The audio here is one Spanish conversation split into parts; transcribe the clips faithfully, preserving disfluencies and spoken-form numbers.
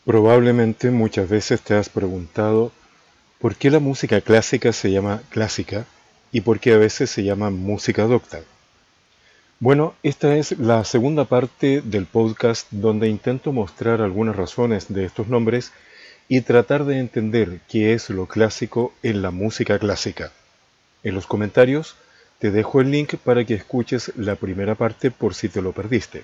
Probablemente muchas veces te has preguntado por qué la música clásica se llama clásica y por qué a veces se llama música docta. Bueno, esta es la segunda parte del podcast donde intento mostrar algunas razones de estos nombres y tratar de entender qué es lo clásico en la música clásica. En los comentarios te dejo el link para que escuches la primera parte por si te lo perdiste.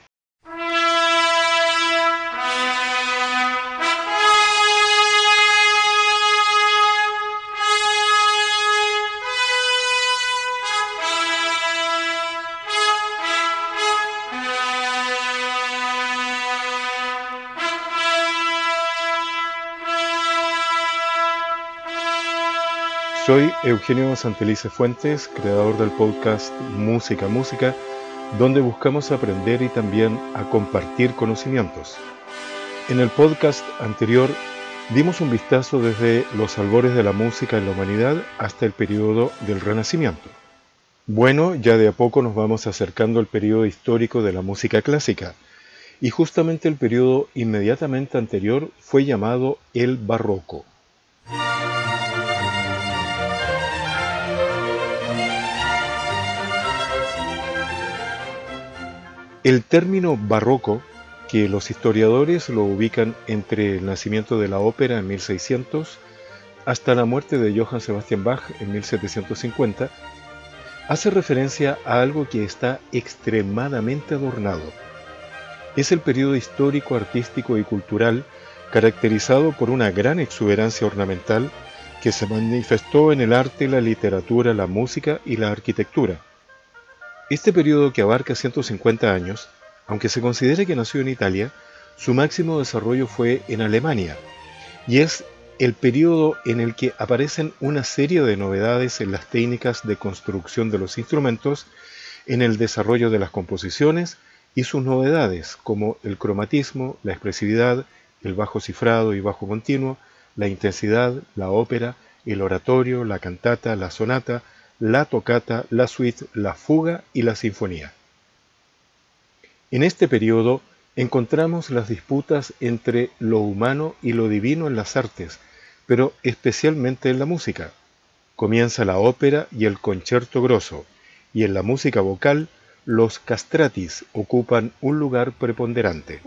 Soy Eugenio Santelice Fuentes, creador del podcast Música Música, donde buscamos aprender y también a compartir conocimientos. En el podcast anterior dimos un vistazo desde los albores de la música en la humanidad hasta el periodo del Renacimiento. Bueno, ya de a poco nos vamos acercando al periodo histórico de la música clásica, y justamente el periodo inmediatamente anterior fue llamado el Barroco. El término barroco, que los historiadores lo ubican entre el nacimiento de la ópera en mil seiscientos hasta la muerte de Johann Sebastian Bach en mil setecientos cincuenta, hace referencia a algo que está extremadamente adornado. Es el periodo histórico, artístico y cultural caracterizado por una gran exuberancia ornamental que se manifestó en el arte, la literatura, la música y la arquitectura. Este periodo, que abarca ciento cincuenta años, aunque se considere que nació en Italia, su máximo desarrollo fue en Alemania, y es el periodo en el que aparecen una serie de novedades en las técnicas de construcción de los instrumentos, en el desarrollo de las composiciones y sus novedades, como el cromatismo, la expresividad, el bajo cifrado y bajo continuo, la intensidad, la ópera, el oratorio, la cantata, la sonata, la tocata, la suite, la fuga y la sinfonía. En este periodo encontramos las disputas entre lo humano y lo divino en las artes, pero especialmente en la música. Comienza la ópera y el concerto grosso, y en la música vocal los castratis ocupan un lugar preponderante.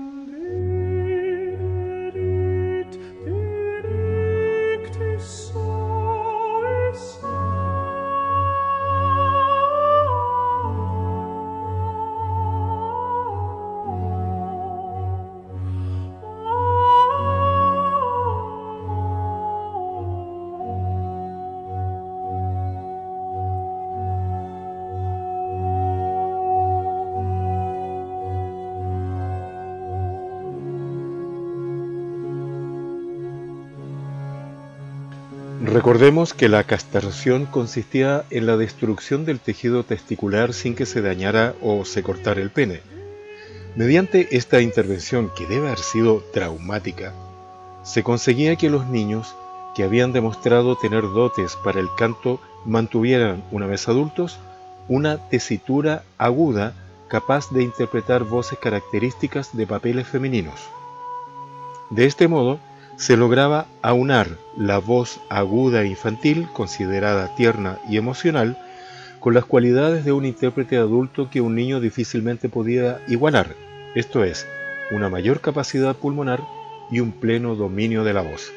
Recordemos que la castración consistía en la destrucción del tejido testicular sin que se dañara o se cortara el pene. Mediante esta intervención, que debe haber sido traumática, se conseguía que los niños que habían demostrado tener dotes para el canto mantuvieran, una vez adultos, una tesitura aguda capaz de interpretar voces características de papeles femeninos. De este modo, se lograba aunar la voz aguda e infantil, considerada tierna y emocional, con las cualidades de un intérprete adulto que un niño difícilmente podía igualar, esto es, una mayor capacidad pulmonar y un pleno dominio de la voz.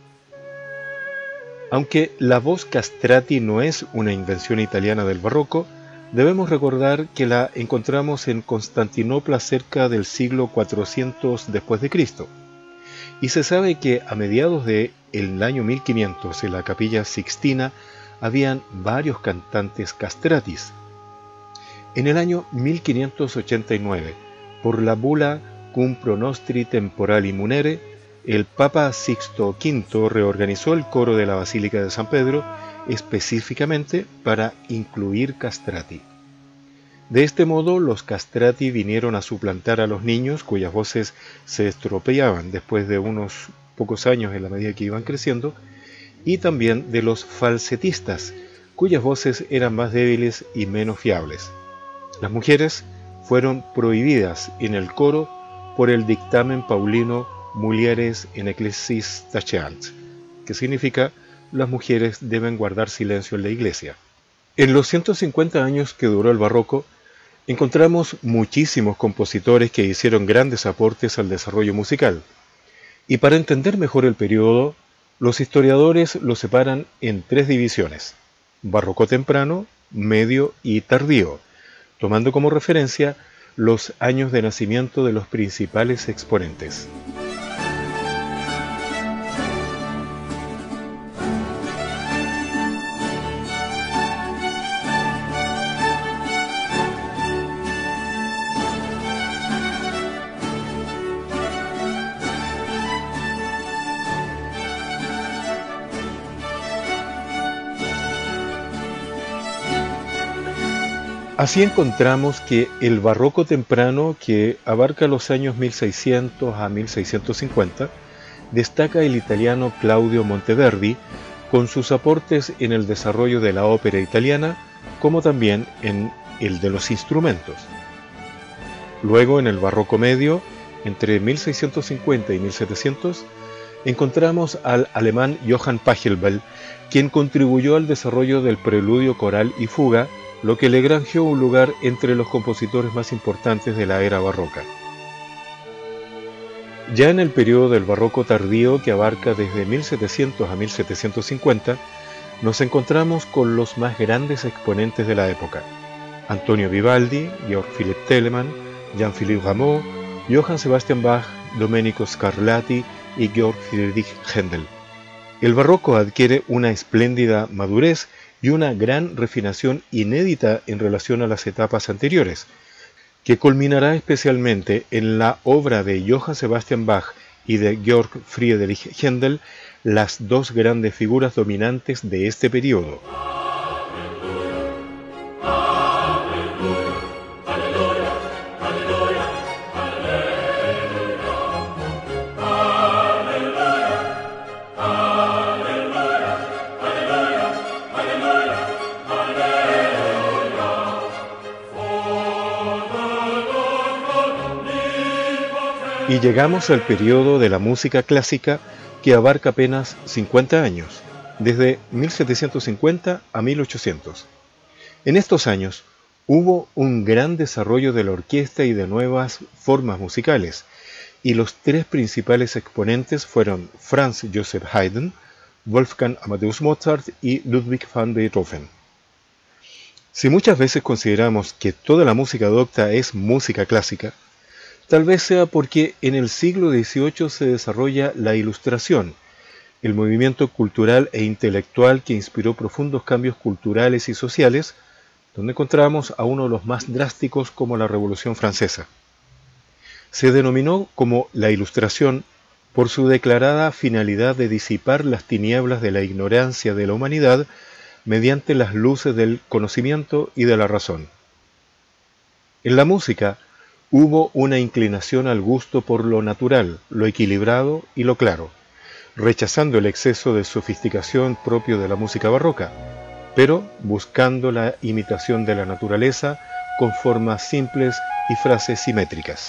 Aunque la voz castrati no es una invención italiana del barroco, debemos recordar que la encontramos en Constantinopla cerca del siglo cuatrocientos después de Cristo. Y se sabe que a mediados del año mil quinientos en la Capilla Sixtina habían varios cantantes castratis. En el año mil quinientos ochenta y nueve, por la bula Cum pro nostri temporali munere, el Papa Sixto quinto reorganizó el coro de la Basílica de San Pedro específicamente para incluir castrati. De este modo, los castrati vinieron a suplantar a los niños cuyas voces se estropeaban después de unos pocos años en la medida que iban creciendo, y también de los falsetistas, cuyas voces eran más débiles y menos fiables. Las mujeres fueron prohibidas en el coro por el dictamen paulino mulieres in ecclesis taceant, que significa las mujeres deben guardar silencio en la iglesia. En los ciento cincuenta años que duró el barroco, encontramos muchísimos compositores que hicieron grandes aportes al desarrollo musical. Y para entender mejor el periodo, los historiadores lo separan en tres divisiones: barroco temprano, medio y tardío, tomando como referencia los años de nacimiento de los principales exponentes. Así encontramos que el barroco temprano, que abarca los años mil seiscientos a mil seiscientos cincuenta, destaca el italiano Claudio Monteverdi con sus aportes en el desarrollo de la ópera italiana, como también en el de los instrumentos. Luego, en el barroco medio, entre mil seiscientos cincuenta y mil setecientos, encontramos al alemán Johann Pachelbel, quien contribuyó al desarrollo del preludio coral y fuga, lo que le granjeó un lugar entre los compositores más importantes de la era barroca. Ya en el periodo del barroco tardío, que abarca desde mil setecientos a mil setecientos cincuenta, nos encontramos con los más grandes exponentes de la época: Antonio Vivaldi, Georg Philipp Telemann, Jean-Philippe Rameau, Johann Sebastian Bach, Domenico Scarlatti y Georg Friedrich Händel. El barroco adquiere una espléndida madurez y una gran refinación inédita en relación a las etapas anteriores, que culminará especialmente en la obra de Johann Sebastian Bach y de Georg Friedrich Händel, las dos grandes figuras dominantes de este periodo. Y llegamos al periodo de la música clásica, que abarca apenas cincuenta años, desde mil setecientos cincuenta a mil ochocientos. En estos años hubo un gran desarrollo de la orquesta y de nuevas formas musicales, y los tres principales exponentes fueron Franz Joseph Haydn, Wolfgang Amadeus Mozart y Ludwig van Beethoven. Si muchas veces consideramos que toda la música docta es música clásica, tal vez sea porque en el siglo dieciocho se desarrolla la Ilustración, el movimiento cultural e intelectual que inspiró profundos cambios culturales y sociales, donde encontramos a uno de los más drásticos como la Revolución Francesa. Se denominó como la Ilustración por su declarada finalidad de disipar las tinieblas de la ignorancia de la humanidad mediante las luces del conocimiento y de la razón. En la música, hubo una inclinación al gusto por lo natural, lo equilibrado y lo claro, rechazando el exceso de sofisticación propio de la música barroca, pero buscando la imitación de la naturaleza con formas simples y frases simétricas.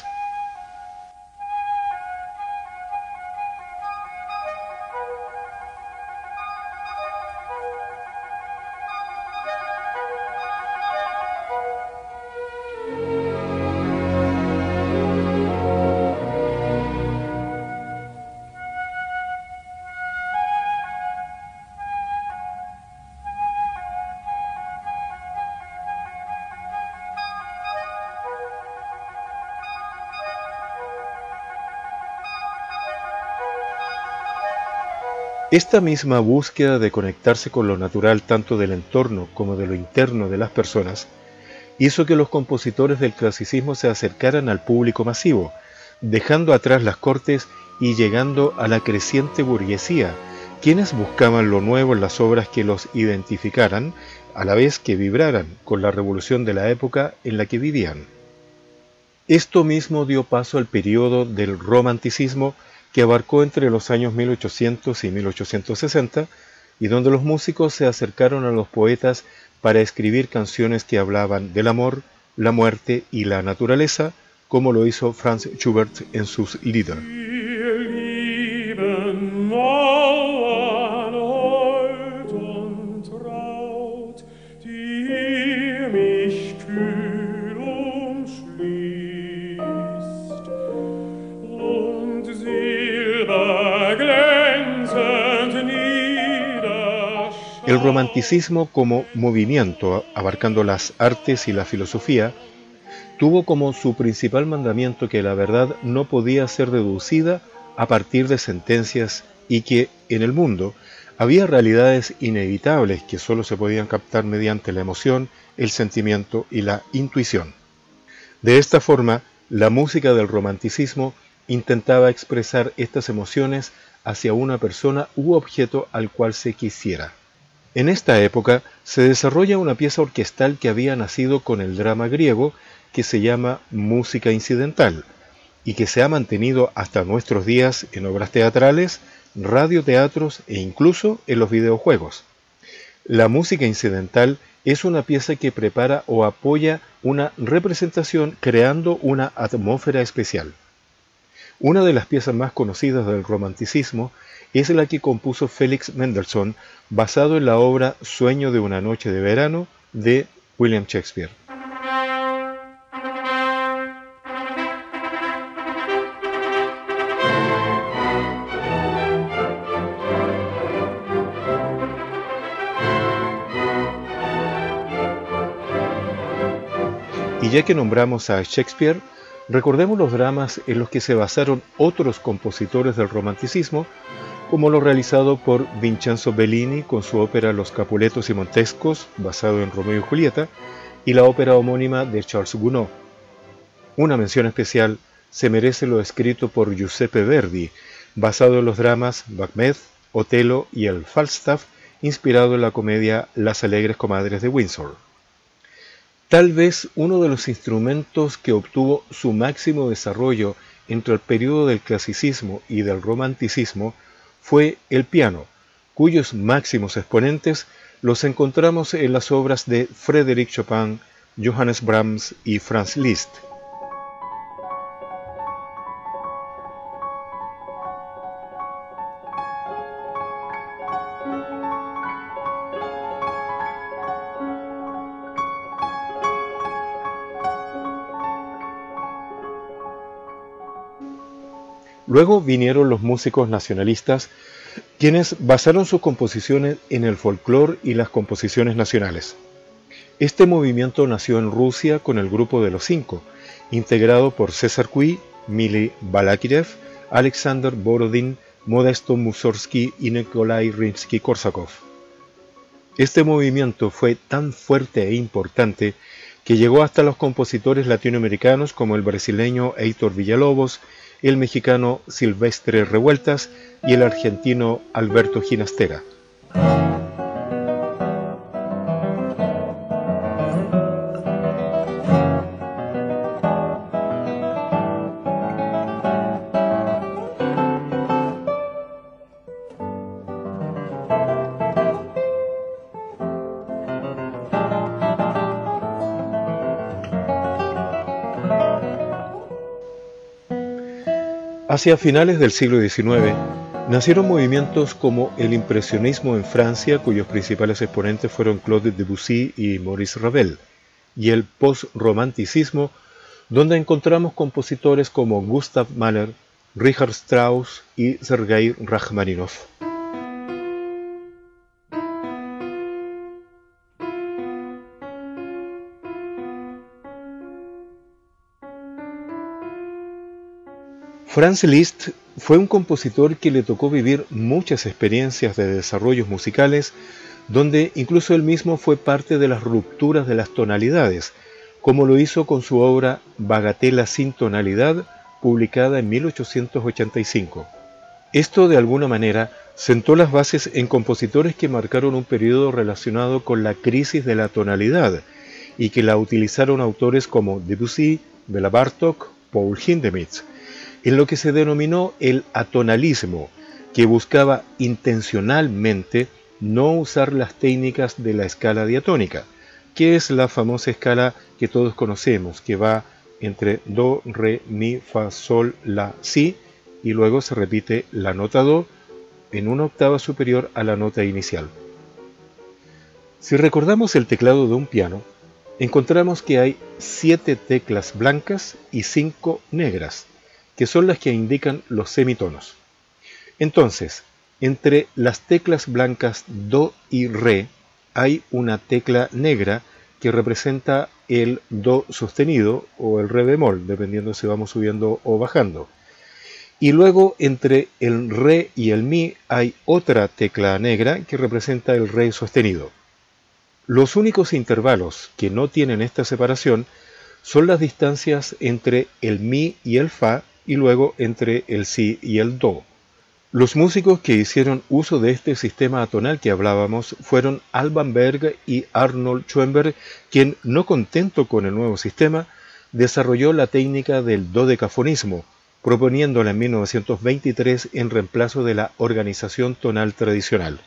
Esta misma búsqueda de conectarse con lo natural tanto del entorno como de lo interno de las personas hizo que los compositores del clasicismo se acercaran al público masivo, dejando atrás las cortes y llegando a la creciente burguesía, quienes buscaban lo nuevo en las obras que los identificaran, a la vez que vibraran con la revolución de la época en la que vivían. Esto mismo dio paso al periodo del romanticismo, que abarcó entre los años mil ochocientos y mil ochocientos sesenta, y donde los músicos se acercaron a los poetas para escribir canciones que hablaban del amor, la muerte y la naturaleza, como lo hizo Franz Schubert en sus Lieder. El romanticismo como movimiento, abarcando las artes y la filosofía, tuvo como su principal mandamiento que la verdad no podía ser deducida a partir de sentencias y que en el mundo había realidades inevitables que solo se podían captar mediante la emoción, el sentimiento y la intuición. De esta forma, la música del romanticismo intentaba expresar estas emociones hacia una persona u objeto al cual se quisiera. En esta época se desarrolla una pieza orquestal que había nacido con el drama griego que se llama música incidental y que se ha mantenido hasta nuestros días en obras teatrales, radioteatros e incluso en los videojuegos. La música incidental es una pieza que prepara o apoya una representación creando una atmósfera especial. Una de las piezas más conocidas del romanticismo es la que compuso Félix Mendelssohn basado en la obra Sueño de una noche de verano de William Shakespeare. Y ya que nombramos a Shakespeare, recordemos los dramas en los que se basaron otros compositores del romanticismo, como lo realizado por Vincenzo Bellini con su ópera Los Capuletos y Montescos, basado en Romeo y Julieta, y la ópera homónima de Charles Gounod. Una mención especial se merece lo escrito por Giuseppe Verdi, basado en los dramas Macbeth, Otelo y el Falstaff, inspirado en la comedia Las Alegres Comadres de Windsor. Tal vez uno de los instrumentos que obtuvo su máximo desarrollo entre el periodo del clasicismo y del romanticismo fue el piano, cuyos máximos exponentes los encontramos en las obras de Frédéric Chopin, Johannes Brahms y Franz Liszt. Luego vinieron los músicos nacionalistas, quienes basaron sus composiciones en el folclore y las composiciones nacionales. Este movimiento nació en Rusia con el grupo de los Cinco, integrado por César Cui, Mili Balakirev, Alexander Borodin, Modesto Mussorgsky y Nikolai Rimsky-Korsakov. Este movimiento fue tan fuerte e importante que llegó hasta los compositores latinoamericanos como el brasileño Heitor Villalobos, el mexicano Silvestre Revueltas y el argentino Alberto Ginastera. Hacia finales del siglo diecinueve, nacieron movimientos como el impresionismo en Francia, cuyos principales exponentes fueron Claude Debussy y Maurice Ravel, y el post-romanticismo, donde encontramos compositores como Gustav Mahler, Richard Strauss y Sergei Rachmaninoff. Franz Liszt fue un compositor que le tocó vivir muchas experiencias de desarrollos musicales, donde incluso él mismo fue parte de las rupturas de las tonalidades, como lo hizo con su obra Bagatela sin tonalidad, publicada en mil ochocientos ochenta y cinco. Esto, de alguna manera, sentó las bases en compositores que marcaron un periodo relacionado con la crisis de la tonalidad y que la utilizaron autores como Debussy, Bela Bartók, Paul Hindemith, en lo que se denominó el atonalismo, que buscaba intencionalmente no usar las técnicas de la escala diatónica, que es la famosa escala que todos conocemos, que va entre do, re, mi, fa, sol, la, si, y luego se repite la nota do en una octava superior a la nota inicial. Si recordamos el teclado de un piano, encontramos que hay siete teclas blancas y cinco negras, que son las que indican los semitonos. Entonces, entre las teclas blancas Do y Re hay una tecla negra que representa el Do sostenido o el Re bemol, dependiendo si vamos subiendo o bajando. Y luego entre el Re y el Mi hay otra tecla negra que representa el Re sostenido. Los únicos intervalos que no tienen esta separación son las distancias entre el Mi y el Fa y luego entre el Si y el Do. Los músicos que hicieron uso de este sistema atonal que hablábamos fueron Alban Berg y Arnold Schoenberg, quien, no contento con el nuevo sistema, desarrolló la técnica del dodecafonismo, proponiéndola en mil novecientos veintitrés en reemplazo de la organización tonal tradicional.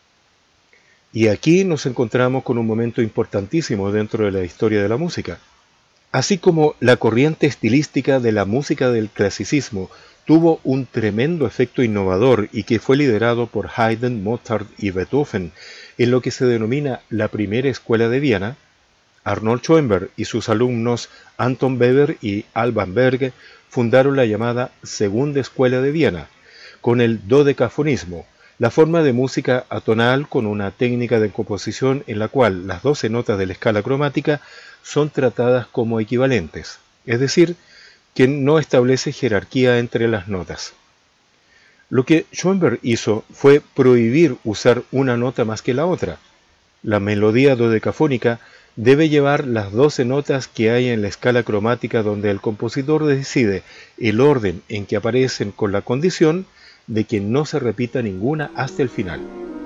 Y aquí nos encontramos con un momento importantísimo dentro de la historia de la música. Así como la corriente estilística de la música del clasicismo tuvo un tremendo efecto innovador y que fue liderado por Haydn, Mozart y Beethoven en lo que se denomina la primera escuela de Viena, Arnold Schoenberg y sus alumnos Anton Weber y Alban Berg fundaron la llamada Segunda Escuela de Viena, con el dodecafonismo, la forma de música atonal con una técnica de composición en la cual las doce notas de la escala cromática son tratadas como equivalentes, es decir, que no establece jerarquía entre las notas. Lo que Schoenberg hizo fue prohibir usar una nota más que la otra. La melodía dodecafónica debe llevar las doce notas que hay en la escala cromática donde el compositor decide el orden en que aparecen con la condición de que no se repita ninguna hasta el final.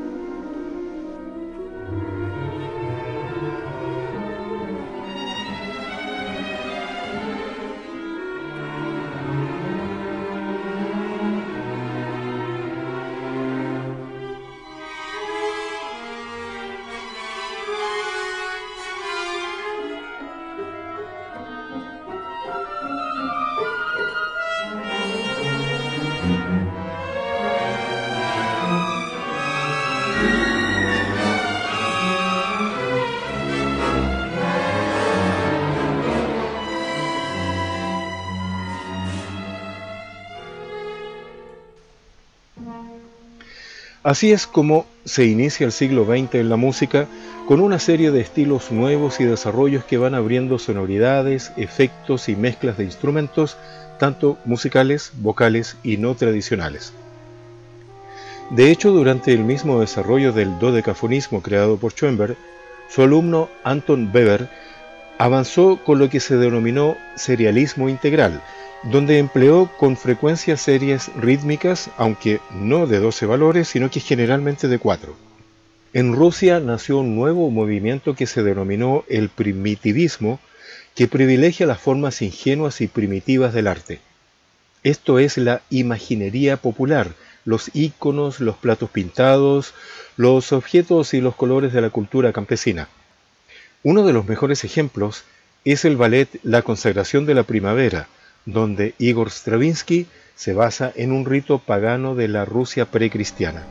Así es como se inicia el siglo veinte en la música, con una serie de estilos nuevos y desarrollos que van abriendo sonoridades, efectos y mezclas de instrumentos, tanto musicales, vocales y no tradicionales. De hecho, durante el mismo desarrollo del dodecafonismo creado por Schoenberg, su alumno Anton Weber avanzó con lo que se denominó serialismo integral, donde empleó con frecuencia series rítmicas, aunque no de doce valores, sino que generalmente de cuatro. En Rusia nació un nuevo movimiento que se denominó el primitivismo, que privilegia las formas ingenuas y primitivas del arte. Esto es la imaginería popular, los íconos, los platos pintados, los objetos y los colores de la cultura campesina. Uno de los mejores ejemplos es el ballet La Consagración de la Primavera, donde Igor Stravinsky se basa en un rito pagano de la Rusia precristiana.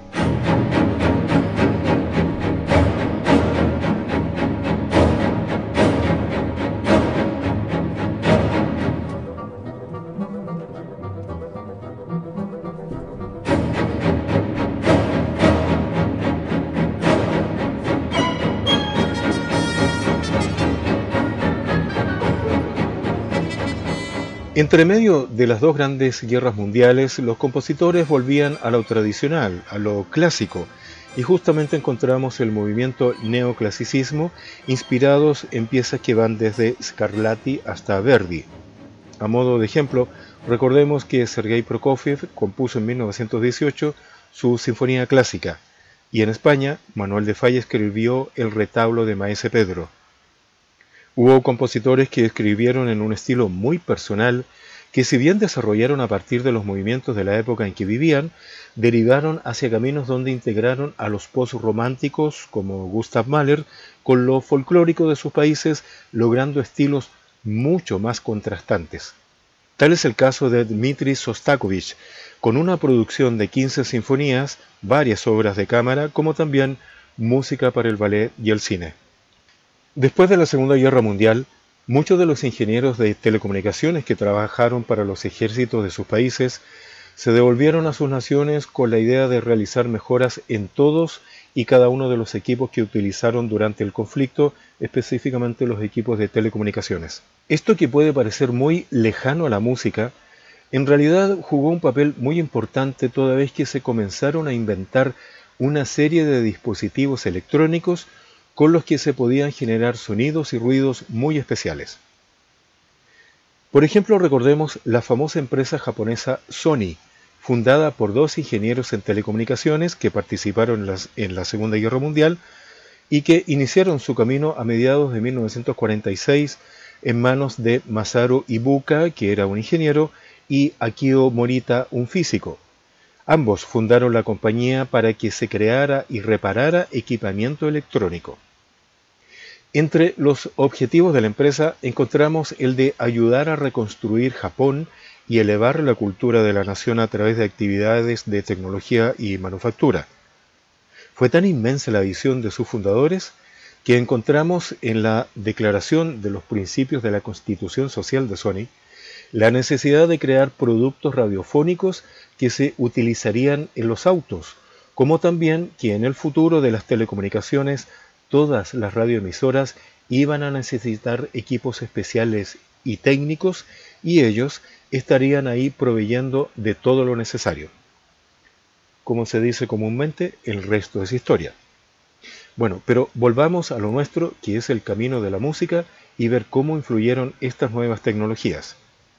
Entre medio de las dos grandes guerras mundiales, los compositores volvían a lo tradicional, a lo clásico, y justamente encontramos el movimiento neoclasicismo inspirados en piezas que van desde Scarlatti hasta Verdi. A modo de ejemplo, recordemos que Sergei Prokofiev compuso en mil novecientos dieciocho su Sinfonía Clásica, y en España Manuel de Falla escribió el retablo de Maese Pedro. Hubo compositores que escribieron en un estilo muy personal, que si bien desarrollaron a partir de los movimientos de la época en que vivían, derivaron hacia caminos donde integraron a los post-románticos como Gustav Mahler con lo folclórico de sus países, logrando estilos mucho más contrastantes. Tal es el caso de Dmitri Sostakovich, con una producción de quince sinfonías, varias obras de cámara, como también música para el ballet y el cine. Después de la Segunda Guerra Mundial, muchos de los ingenieros de telecomunicaciones que trabajaron para los ejércitos de sus países se devolvieron a sus naciones con la idea de realizar mejoras en todos y cada uno de los equipos que utilizaron durante el conflicto, específicamente los equipos de telecomunicaciones. Esto, que puede parecer muy lejano a la música, en realidad jugó un papel muy importante toda vez que se comenzaron a inventar una serie de dispositivos electrónicos con los que se podían generar sonidos y ruidos muy especiales. Por ejemplo, recordemos la famosa empresa japonesa Sony, fundada por dos ingenieros en telecomunicaciones que participaron en, las, en la Segunda Guerra Mundial y que iniciaron su camino a mediados de mil novecientos cuarenta y seis en manos de Masaru Ibuka, que era un ingeniero, y Akio Morita, un físico. Ambos fundaron la compañía para que se creara y reparara equipamiento electrónico. Entre los objetivos de la empresa encontramos el de ayudar a reconstruir Japón y elevar la cultura de la nación a través de actividades de tecnología y manufactura. Fue tan inmensa la visión de sus fundadores que encontramos en la Declaración de los Principios de la Constitución Social de Sony la necesidad de crear productos radiofónicos que se utilizarían en los autos, como también que en el futuro de las telecomunicaciones todas las radioemisoras iban a necesitar equipos especiales y técnicos, y ellos estarían ahí proveyendo de todo lo necesario. Como se dice comúnmente, el resto es historia. Bueno, pero volvamos a lo nuestro, que es el camino de la música, y ver cómo influyeron estas nuevas tecnologías.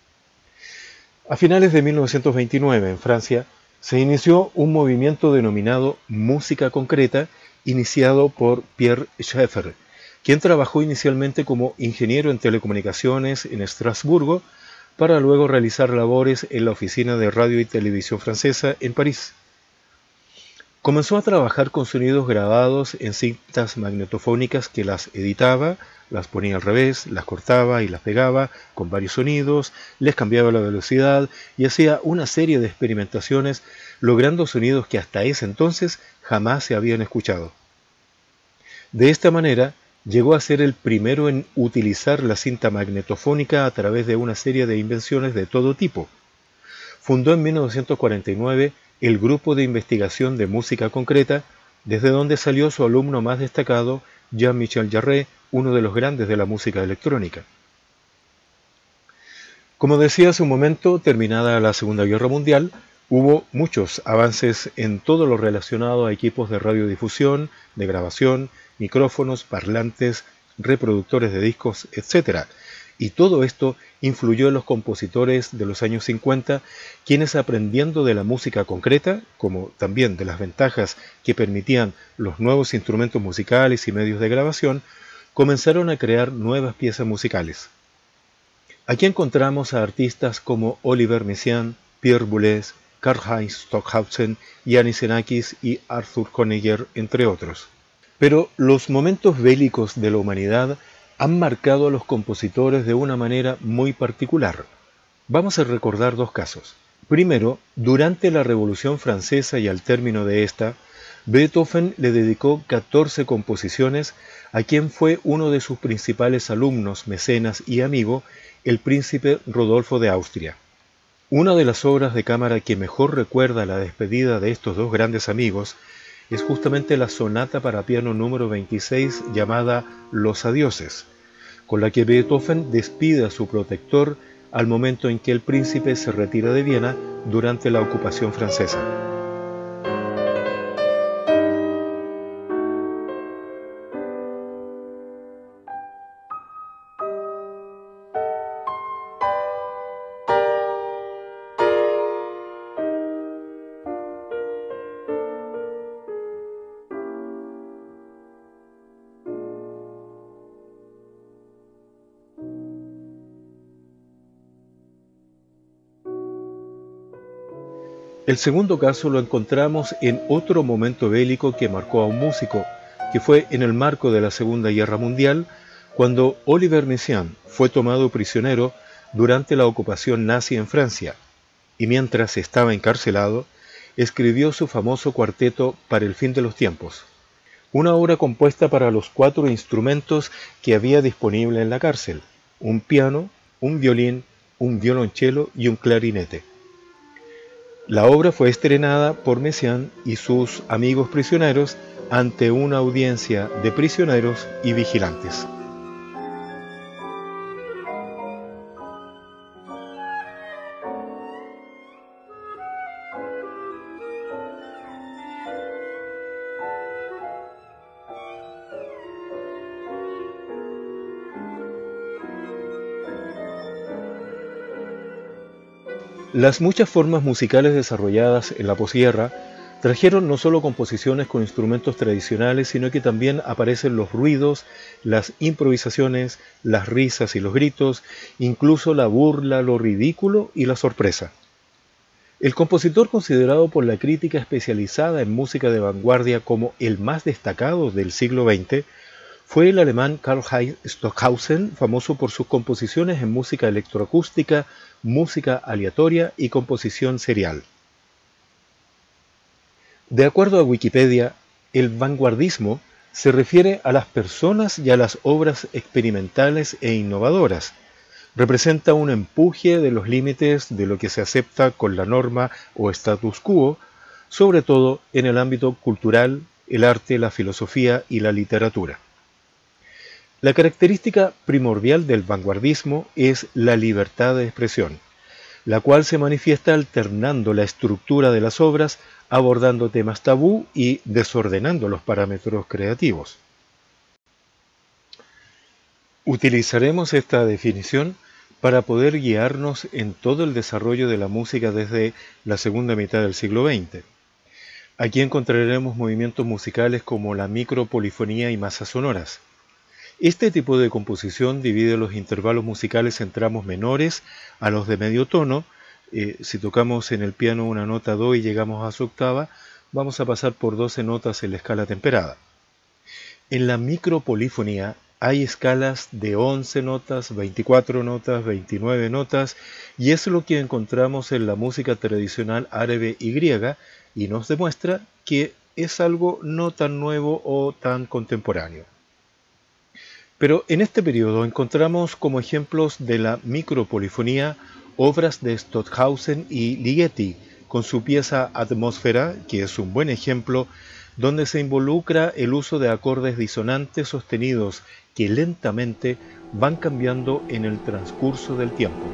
A finales de mil novecientos veintinueve, en Francia, se inició un movimiento denominado música concreta, iniciado por Pierre Schaeffer, quien trabajó inicialmente como ingeniero en telecomunicaciones en Estrasburgo, para luego realizar labores en la Oficina de Radio y Televisión Francesa en París. Comenzó a trabajar con sonidos grabados en cintas magnetofónicas que las editaba, las ponía al revés, las cortaba y las pegaba con varios sonidos, les cambiaba la velocidad y hacía una serie de experimentaciones, logrando sonidos que hasta ese entonces jamás se habían escuchado. De esta manera, llegó a ser el primero en utilizar la cinta magnetofónica a través de una serie de invenciones de todo tipo. Fundó en mil novecientos cuarenta y nueve el Grupo de Investigación de Música Concreta, desde donde salió su alumno más destacado, Jean-Michel Jarre, uno de los grandes de la música electrónica. Como decía hace un momento, terminada la Segunda Guerra Mundial, hubo muchos avances en todo lo relacionado a equipos de radiodifusión, de grabación, micrófonos, parlantes, reproductores de discos, etcétera. Y todo esto influyó en los compositores de los años cincuenta, quienes, aprendiendo de la música concreta, como también de las ventajas que permitían los nuevos instrumentos musicales y medios de grabación, comenzaron a crear nuevas piezas musicales. Aquí encontramos a artistas como Oliver Messiaen, Pierre Boulez, Karlheinz Stockhausen, Yannis Xenakis y Arthur Honegger, entre otros. Pero los momentos bélicos de la humanidad han marcado a los compositores de una manera muy particular. Vamos a recordar dos casos. Primero, durante la Revolución Francesa y al término de esta, Beethoven le dedicó catorce composiciones a quien fue uno de sus principales alumnos, mecenas y amigo, el príncipe Rodolfo de Austria. Una de las obras de cámara que mejor recuerda la despedida de estos dos grandes amigos es justamente la sonata para piano número veintiséis llamada Los Adioses, con la que Beethoven despide a su protector al momento en que el príncipe se retira de Viena durante la ocupación francesa. El segundo caso lo encontramos en otro momento bélico que marcó a un músico, que fue en el marco de la Segunda Guerra Mundial, cuando Oliver Messiaen fue tomado prisionero durante la ocupación nazi en Francia, y mientras estaba encarcelado, escribió su famoso cuarteto Para el fin de los tiempos, una obra compuesta para los cuatro instrumentos que había disponible en la cárcel: un piano, un violín, un violonchelo y un clarinete. La obra fue estrenada por Messiaen y sus amigos prisioneros ante una audiencia de prisioneros y vigilantes. Las muchas formas musicales desarrolladas en la posguerra trajeron no solo composiciones con instrumentos tradicionales, sino que también aparecen los ruidos, las improvisaciones, las risas y los gritos, incluso la burla, lo ridículo y la sorpresa. El compositor, considerado por la crítica especializada en música de vanguardia como el más destacado del siglo veinte, fue el alemán Karl-Heinz Stockhausen, famoso por sus composiciones en música electroacústica, música aleatoria y composición serial. De acuerdo a Wikipedia, el vanguardismo se refiere a las personas y a las obras experimentales e innovadoras. Representa un empuje de los límites de lo que se acepta con la norma o status quo, sobre todo en el ámbito cultural, el arte, la filosofía y la literatura. La característica primordial del vanguardismo es la libertad de expresión, la cual se manifiesta alternando la estructura de las obras, abordando temas tabú y desordenando los parámetros creativos. Utilizaremos esta definición para poder guiarnos en todo el desarrollo de la música desde la segunda mitad del siglo veinte. Aquí encontraremos movimientos musicales como la micropolifonía y masas sonoras. Este tipo de composición divide los intervalos musicales en tramos menores a los de medio tono. Eh, si tocamos en el piano una nota do y llegamos a su octava, vamos a pasar por doce notas en la escala temperada. En la micropolifonía hay escalas de once notas, veinticuatro notas, veintinueve notas, y es lo que encontramos en la música tradicional árabe y griega, y nos demuestra que es algo no tan nuevo o tan contemporáneo. Pero en este periodo encontramos como ejemplos de la micropolifonía obras de Stockhausen y Ligeti, con su pieza Atmósfera, que es un buen ejemplo, donde se involucra el uso de acordes disonantes sostenidos que lentamente van cambiando en el transcurso del tiempo.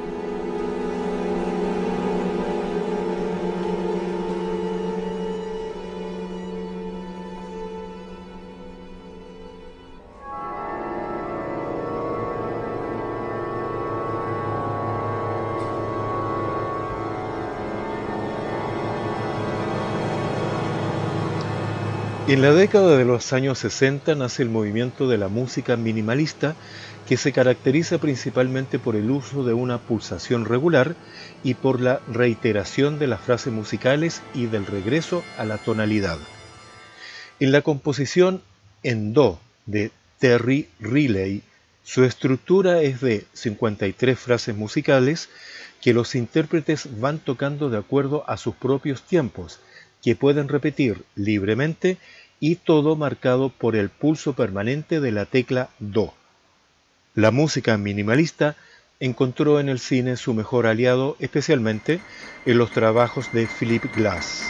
En la década de los años sesenta nace el movimiento de la música minimalista, que se caracteriza principalmente por el uso de una pulsación regular y por la reiteración de las frases musicales y del regreso a la tonalidad. En la composición en do de Terry Riley, su estructura es de cincuenta y tres frases musicales que los intérpretes van tocando de acuerdo a sus propios tiempos, que pueden repetir libremente, y todo marcado por el pulso permanente de la tecla do. La música minimalista encontró en el cine su mejor aliado, especialmente en los trabajos de Philip Glass.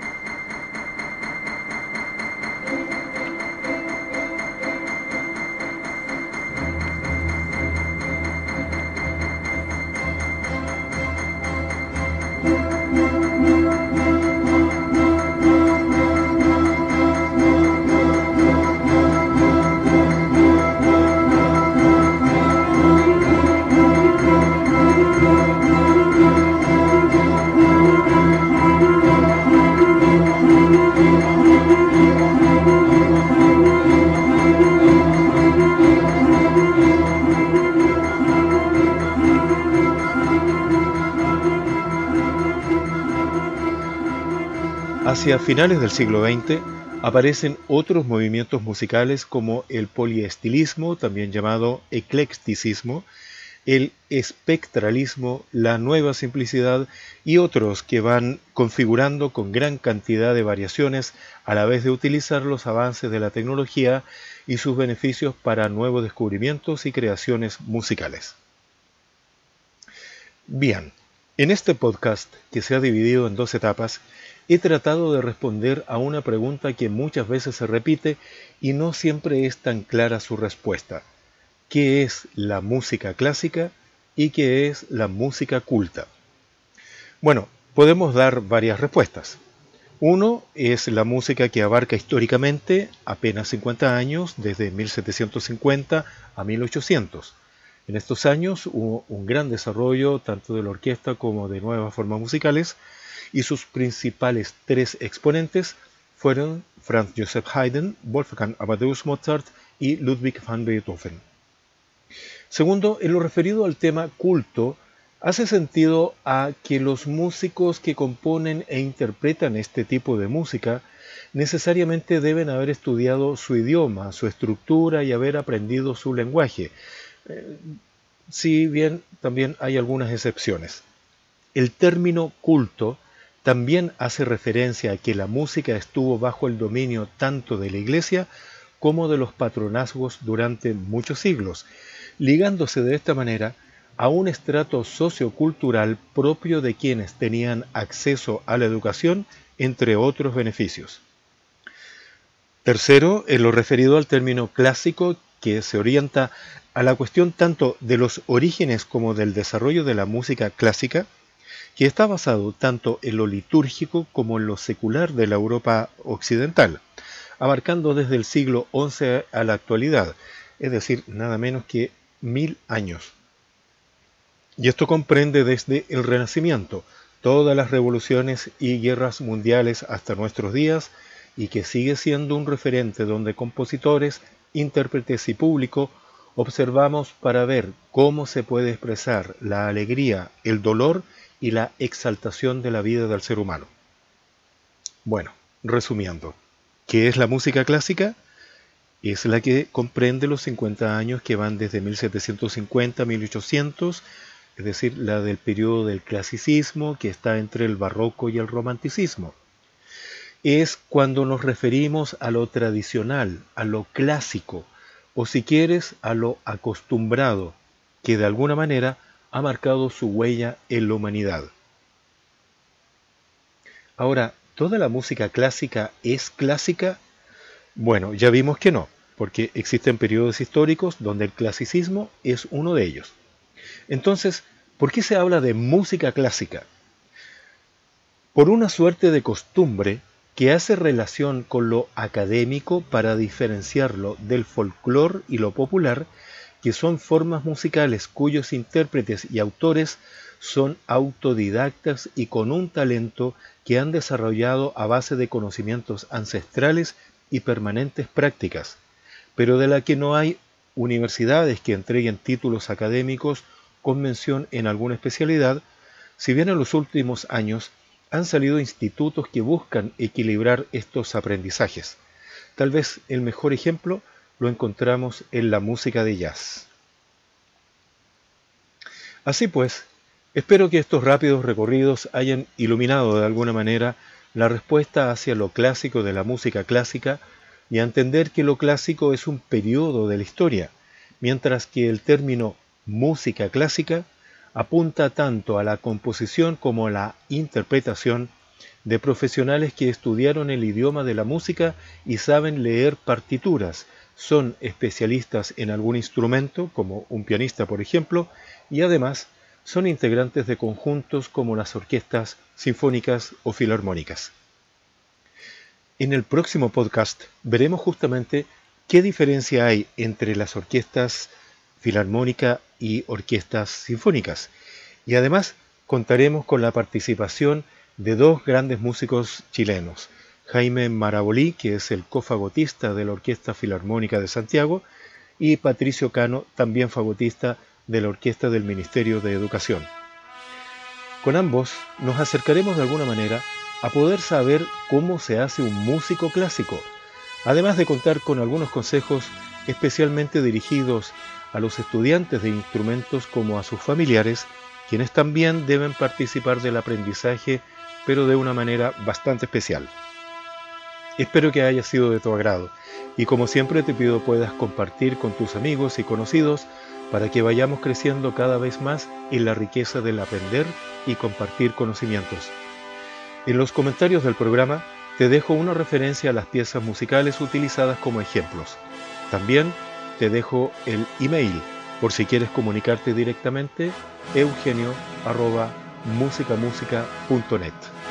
Hacia finales del siglo veinte aparecen otros movimientos musicales como el poliestilismo, también llamado eclecticismo, el espectralismo, la nueva simplicidad y otros que van configurando con gran cantidad de variaciones a la vez de utilizar los avances de la tecnología y sus beneficios para nuevos descubrimientos y creaciones musicales. Bien, en este podcast, que se ha dividido en dos etapas, he tratado de responder a una pregunta que muchas veces se repite y no siempre es tan clara su respuesta. ¿Qué es la música clásica y qué es la música culta? Bueno, podemos dar varias respuestas. Uno es la música que abarca históricamente apenas cincuenta años, desde mil setecientos cincuenta a mil ochocientos. En estos años hubo un gran desarrollo tanto de la orquesta como de nuevas formas musicales, y sus principales tres exponentes fueron Franz Joseph Haydn, Wolfgang Amadeus Mozart y Ludwig van Beethoven. Segundo, en lo referido al tema culto, hace sentido a que los músicos que componen e interpretan este tipo de música necesariamente deben haber estudiado su idioma, su estructura y haber aprendido su lenguaje, eh, si bien también hay algunas excepciones. El término culto también hace referencia a que la música estuvo bajo el dominio tanto de la Iglesia como de los patronazgos durante muchos siglos, ligándose de esta manera a un estrato sociocultural propio de quienes tenían acceso a la educación, entre otros beneficios. Tercero, en lo referido al término clásico, que se orienta a la cuestión tanto de los orígenes como del desarrollo de la música clásica, que está basado tanto en lo litúrgico como en lo secular de la Europa occidental, abarcando desde el siglo once a la actualidad, es decir, nada menos que mil años. Y esto comprende desde el Renacimiento, todas las revoluciones y guerras mundiales hasta nuestros días, y que sigue siendo un referente donde compositores, intérpretes y público observamos para ver cómo se puede expresar la alegría, el dolor y la exaltación de la vida del ser humano. Bueno, resumiendo, ¿qué es la música clásica? Es la que comprende los cincuenta años que van desde mil setecientos cincuenta a mil ochocientos, es decir, la del periodo del clasicismo que está entre el barroco y el romanticismo. Es cuando nos referimos a lo tradicional, a lo clásico, o si quieres, a lo acostumbrado, que de alguna manera ha marcado su huella en la humanidad. Ahora, ¿toda la música clásica es clásica? Bueno, ya vimos que no, porque existen periodos históricos donde el clasicismo es uno de ellos. Entonces, ¿por qué se habla de música clásica? Por una suerte de costumbre que hace relación con lo académico para diferenciarlo del folclore y lo popular, que son formas musicales cuyos intérpretes y autores son autodidactas y con un talento que han desarrollado a base de conocimientos ancestrales y permanentes prácticas, pero de la que no hay universidades que entreguen títulos académicos con mención en alguna especialidad, si bien en los últimos años han salido institutos que buscan equilibrar estos aprendizajes. Tal vez el mejor ejemplo lo encontramos en la música de jazz. Así pues, espero que estos rápidos recorridos hayan iluminado de alguna manera la respuesta hacia lo clásico de la música clásica y a entender que lo clásico es un periodo de la historia, mientras que el término música clásica apunta tanto a la composición como a la interpretación de profesionales que estudiaron el idioma de la música y saben leer partituras, son especialistas en algún instrumento, como un pianista por ejemplo, y además son integrantes de conjuntos como las orquestas sinfónicas o filarmónicas. En el próximo podcast veremos justamente qué diferencia hay entre las orquestas filarmónica y orquestas sinfónicas, y además contaremos con la participación de dos grandes músicos chilenos, Jaime Marabolí, que es el cofagotista de la Orquesta Filarmónica de Santiago, y Patricio Cano, también fagotista de la Orquesta del Ministerio de Educación. Con ambos nos acercaremos de alguna manera a poder saber cómo se hace un músico clásico, además de contar con algunos consejos especialmente dirigidos a los estudiantes de instrumentos como a sus familiares, quienes también deben participar del aprendizaje, pero de una manera bastante especial. Espero que haya sido de tu agrado y como siempre te pido puedas compartir con tus amigos y conocidos para que vayamos creciendo cada vez más en la riqueza del aprender y compartir conocimientos. En los comentarios del programa te dejo una referencia a las piezas musicales utilizadas como ejemplos. También te dejo el email por si quieres comunicarte directamente, eugenio arroba musicamusica punto net.